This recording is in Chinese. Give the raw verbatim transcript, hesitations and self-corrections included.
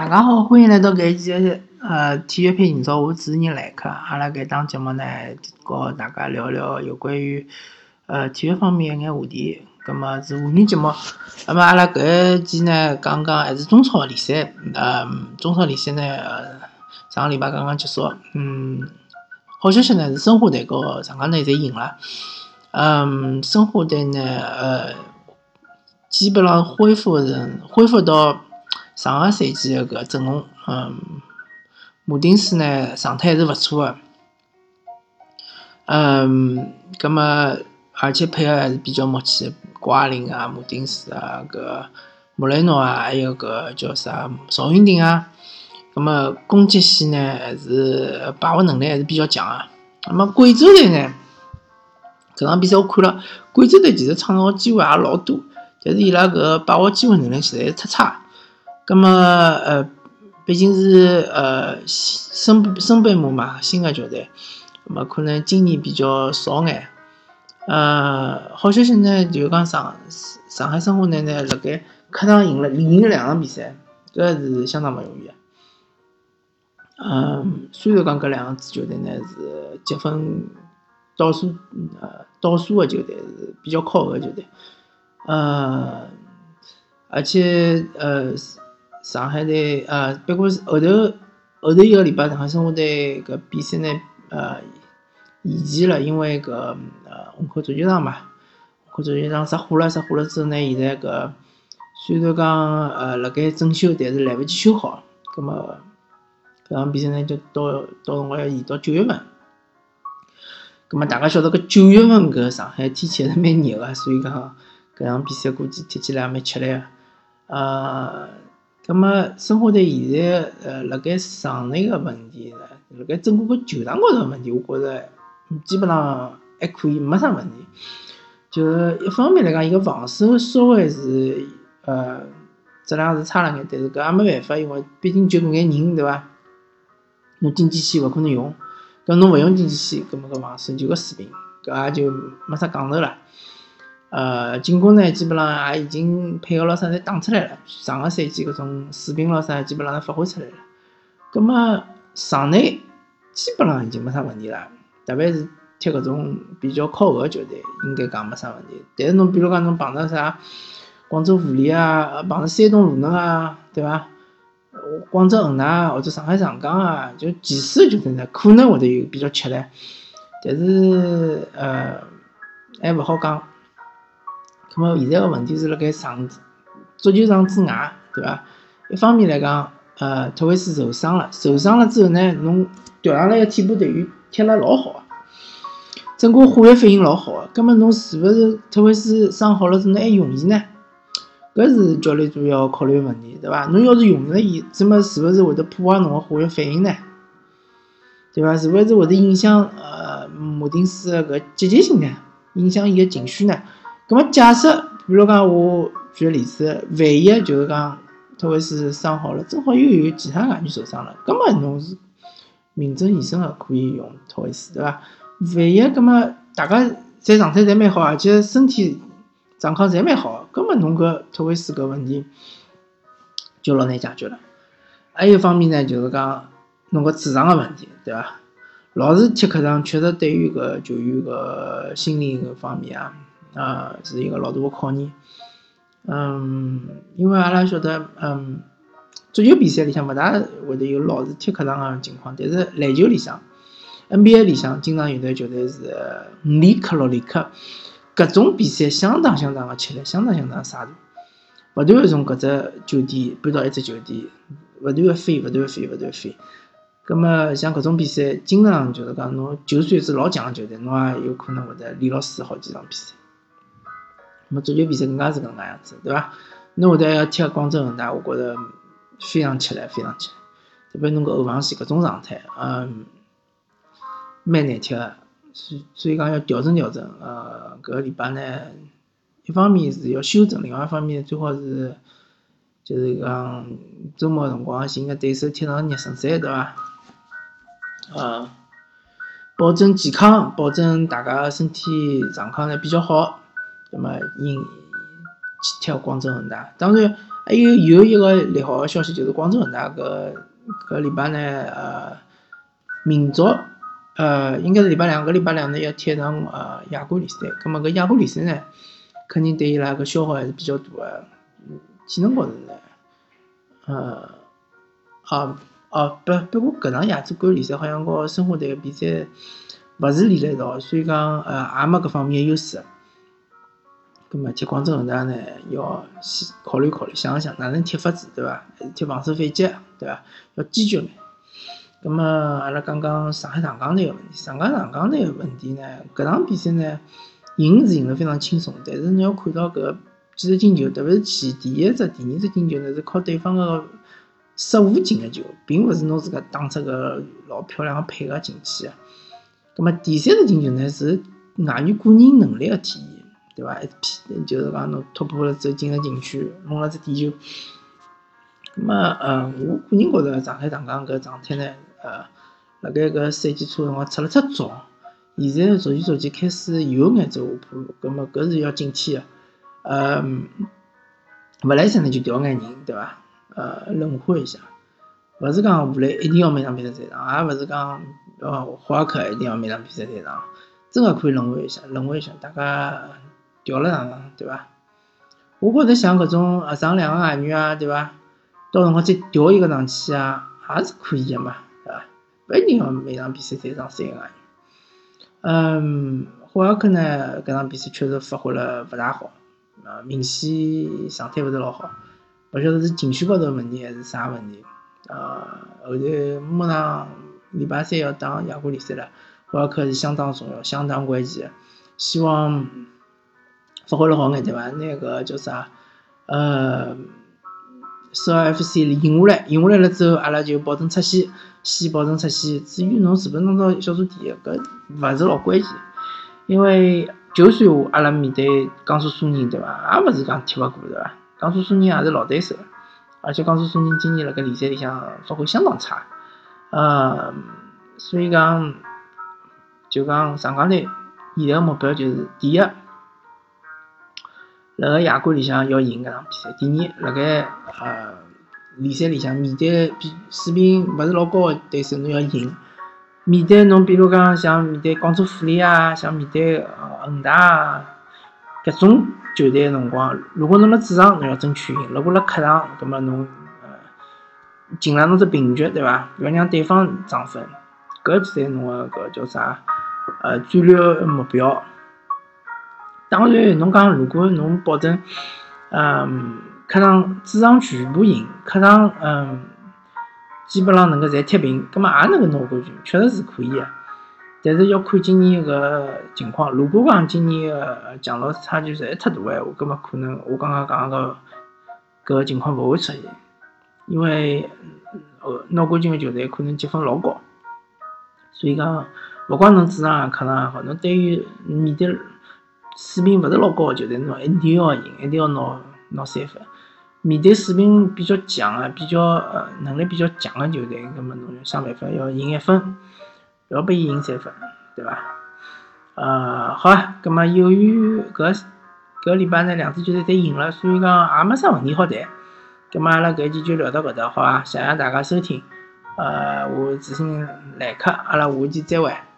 大家好，欢迎来到搿一期的呃体育配营造，我主持人来客。阿拉搿档节目呢，和大家聊聊有关于呃体育方面一眼话题。葛末是妇女节目。那么阿拉搿一期呢，讲讲还是中超联赛。呃，中超联赛呢，呃、上个礼拜刚刚结束。嗯，好消息呢是申花队和上港队侪赢了。嗯，申花队呢，呃，基本上恢复成恢复到上个赛季的搿阵容。嗯，马丁斯呢状态还是勿错的。嗯，葛末而且配合还是比较默契，郭阿林啊、马丁斯啊、搿莫雷诺啊，还有搿叫啥赵云霆啊。葛末攻击线呢还是把握能力还是比较强啊。那么贵州队呢？搿场比赛我看了，贵州队其实创造机会也老多，但是伊拉搿把握机会能力实在太差。葛末呃，毕竟是呃升升班马嘛，新的球队，葛末可能经验比较少眼。呃，好消息呢，就是讲上上海申花队呢，辣盖客场赢了连赢了两场比赛，搿是相当勿容易的。嗯，虽然讲搿两支球队呢是积分倒数呃倒数的球队，是比较靠后的球队。呃，而且呃，上海队呃，不过后头后头一个礼拜，上海申花队搿比赛呢呃延期了，因为搿呃虹口足球场嘛，虹口足球场着火了，着火了之后呢，现在搿虽然讲呃辣盖整修，但是来勿及修好，葛末搿场比赛呢就到到辰光要延到九月份。葛末大家晓得搿九月份搿上海天气还是蛮热个，所以讲搿场比赛估计踢起来也蛮吃力个。呃，葛末申花队现在呃辣盖场内个问题呢，辣盖整个搿球场高头个问题，我觉着基本上还可以，没啥问题。就一方面来讲，伊个防守稍微是呃质量是差了眼，但是搿也没办法，因为毕竟就搿眼人对伐？侬经济线勿可能用，搿侬勿用经济线，搿么搿防守就搿水平，搿也就没啥讲头了。呃，进攻呢，基本上也已经配合咾啥侪打出来了，上个赛季搿种水平咾啥基本上侪发挥出来了。葛么场内基本上已经没啥问题了，特别是踢搿种比较靠后个球队，应该讲没啥问题。但是侬比如讲侬碰着啥广州富力啊，碰着山东鲁能啊，对伐？广州恒大或者上海上港啊，就前四球队呢可能会得有比较吃力，但是呃还勿好讲。那么现在个问题是辣盖场足球场之外，对伐？一方面来讲，呃，特维斯受伤了，受伤了之后呢，侬调上来个替补队员踢了老好个，整个化学反应老好个。葛末侬是勿是特维斯伤好了之后，侬还用伊呢？搿是教练组要考虑个问题，对伐？侬要是用了伊，怎么是勿是会得破坏侬个化学反应呢？对伐？是勿是会得影响呃马丁斯个搿积极性呢？影响伊个情绪呢？咁么假设，比如讲我举个例子，万一就是讲特维斯伤好了，正好又有其他外援受伤了，咁么侬是名正言顺个可以用特维斯，对伐？万一咁么大家侪状态侪蛮好，而且身体状况侪蛮好，咁么侬搿特维斯搿问题就老难解决了。还有一方面呢，就是讲侬搿主场个问题，对伐？老是踢客场，确实对于搿球员搿心理搿方面啊。啊，是一个老大的考验。嗯，因为阿拉晓得，嗯，足球比赛里向勿大会得有老是踢客场个情况，但是篮球里向 N B A 里向经常有的球队是五连客、六连客，搿种比赛相当相当个吃力，相当相当杀毒，勿断个从搿只酒店搬到一只酒店，勿断个飞，勿断个飞，勿断个飞。咁么像搿种比赛，经常就是讲侬就算是老强个球队，侬也有可能会得连牢输好几场比赛。那么足球比赛更加是搿能介样子，对伐？侬会得要踢广州恒大，我觉着非常吃力，非常吃力。特别侬搿后防线搿种状态，嗯，蛮难踢个，所所以讲要调整调整。呃，搿个礼拜呢，一方面是要修正，另外一方面最好是就是讲周末辰光寻个对手踢场热身赛，对伐？呃，保证健康，保证大家身体状况呢比较好。那么因去踢广州恒大，当然还有有一个利好的消息就是广州恒大搿搿礼拜呢，呃，明朝呃应该是礼拜两，搿礼拜两呢要踢一场呃亚冠联赛。葛末搿亚冠联赛呢，肯定对伊拉搿消耗还是比较大个。技能高头呢，呃，啊哦不不过搿场亚洲冠联赛好像和申花队个比赛勿是连辣一道，所以讲呃也没搿方面个优势。咁么踢广州恒大呢，要先考虑考虑，想一想哪能踢法子，对伐？还是踢防守反击，对伐？要坚决眼。咁么阿拉讲讲上海上港队个问题，上海上港队个问题呢，搿场比赛呢，赢是赢得非常轻松，但是侬要看到搿几个进球，特别是前第一只、第二只进球呢，是靠对方个失误进个球，并勿是侬自家打出个老漂亮个配合进去个。咁么第三只进球呢，是外援个人能力个体现。对伐？一批就是讲侬突破了之后进了禁区，弄了只点球。咁么呃，我个人觉着上海上港搿状态呢，呃，辣盖搿赛季初辰光出了出早，现在逐渐逐渐开始有眼走下坡路。咁么搿是要警惕个。呃，勿来三呢就调眼人，对伐？呃，轮换一下，勿是讲武磊一定要每场比赛在场，也勿是讲呃霍尔克一定要每场比赛在场，真个可以轮换一下，轮换一下，大家。调了上场，对伐？我觉着像搿种呃上两个外援啊，对伐？到辰光再调一个上去啊，也是可以个嘛，对伐？勿一定要每场比赛再上三个外援。嗯，霍尔克呢，搿场比赛确实发挥了勿大好，呃，明显状态勿是老好，勿晓得是情绪高头问题还是啥问题。呃，后头马上礼拜三要打亚冠联赛了，霍尔克是相当重要、相当关键个，希望。发挥了好眼，对伐？那个叫啥？呃，首尔 F C 赢下来，赢下来了之后，阿拉就保证出线，先保证出线。至于侬是勿是拿到小组第一，搿勿是老关键，因为就算话阿拉面对江苏苏宁，对伐？也勿是讲踢勿过，对伐？江苏苏宁也是老对手，而且江苏苏宁今年辣盖联赛里向发挥相当差，呃，所以讲就讲上港队现在个目标就是第一。辣个亚冠里向要赢搿场比赛。第二，辣盖呃联赛里向面对比水平勿是老高个对手，侬要赢。面对侬比如讲像面对广州富力啊，像面对呃恒大啊，搿种球队个辰光，如果侬辣主场侬要争取赢，如果辣客场，葛末侬呃尽量弄只平局，对伐？勿要让对方涨分，搿才侬个搿叫啥呃战略目标。当然，侬讲如果侬保证，嗯，客场主场全部赢，客场嗯基本上能够侪踢平，葛末也能够拿冠军，确实是可以个。但是要看今年个情况，如果讲今年个强弱差距实在太大个闲话，葛末可能我刚刚讲个搿个情况勿会出现，因为呃拿冠军个球队可能积分老高，所以讲勿管侬主场也客场也好，侬对于面对。水平勿是老高个球队，侬一定要赢，一定要拿拿三分。面对水平比较强个、比较呃能力比较强个球队，葛末侬想办法要赢一分，勿要拨伊赢三分，对伐？呃，好啊，葛末由于搿搿礼拜呢两支球队侪赢了，所以讲也没啥问题好谈。葛末阿拉搿期就聊到搿搭，好啊，谢谢大家收听。呃，我是主持人来客，阿拉下期再会。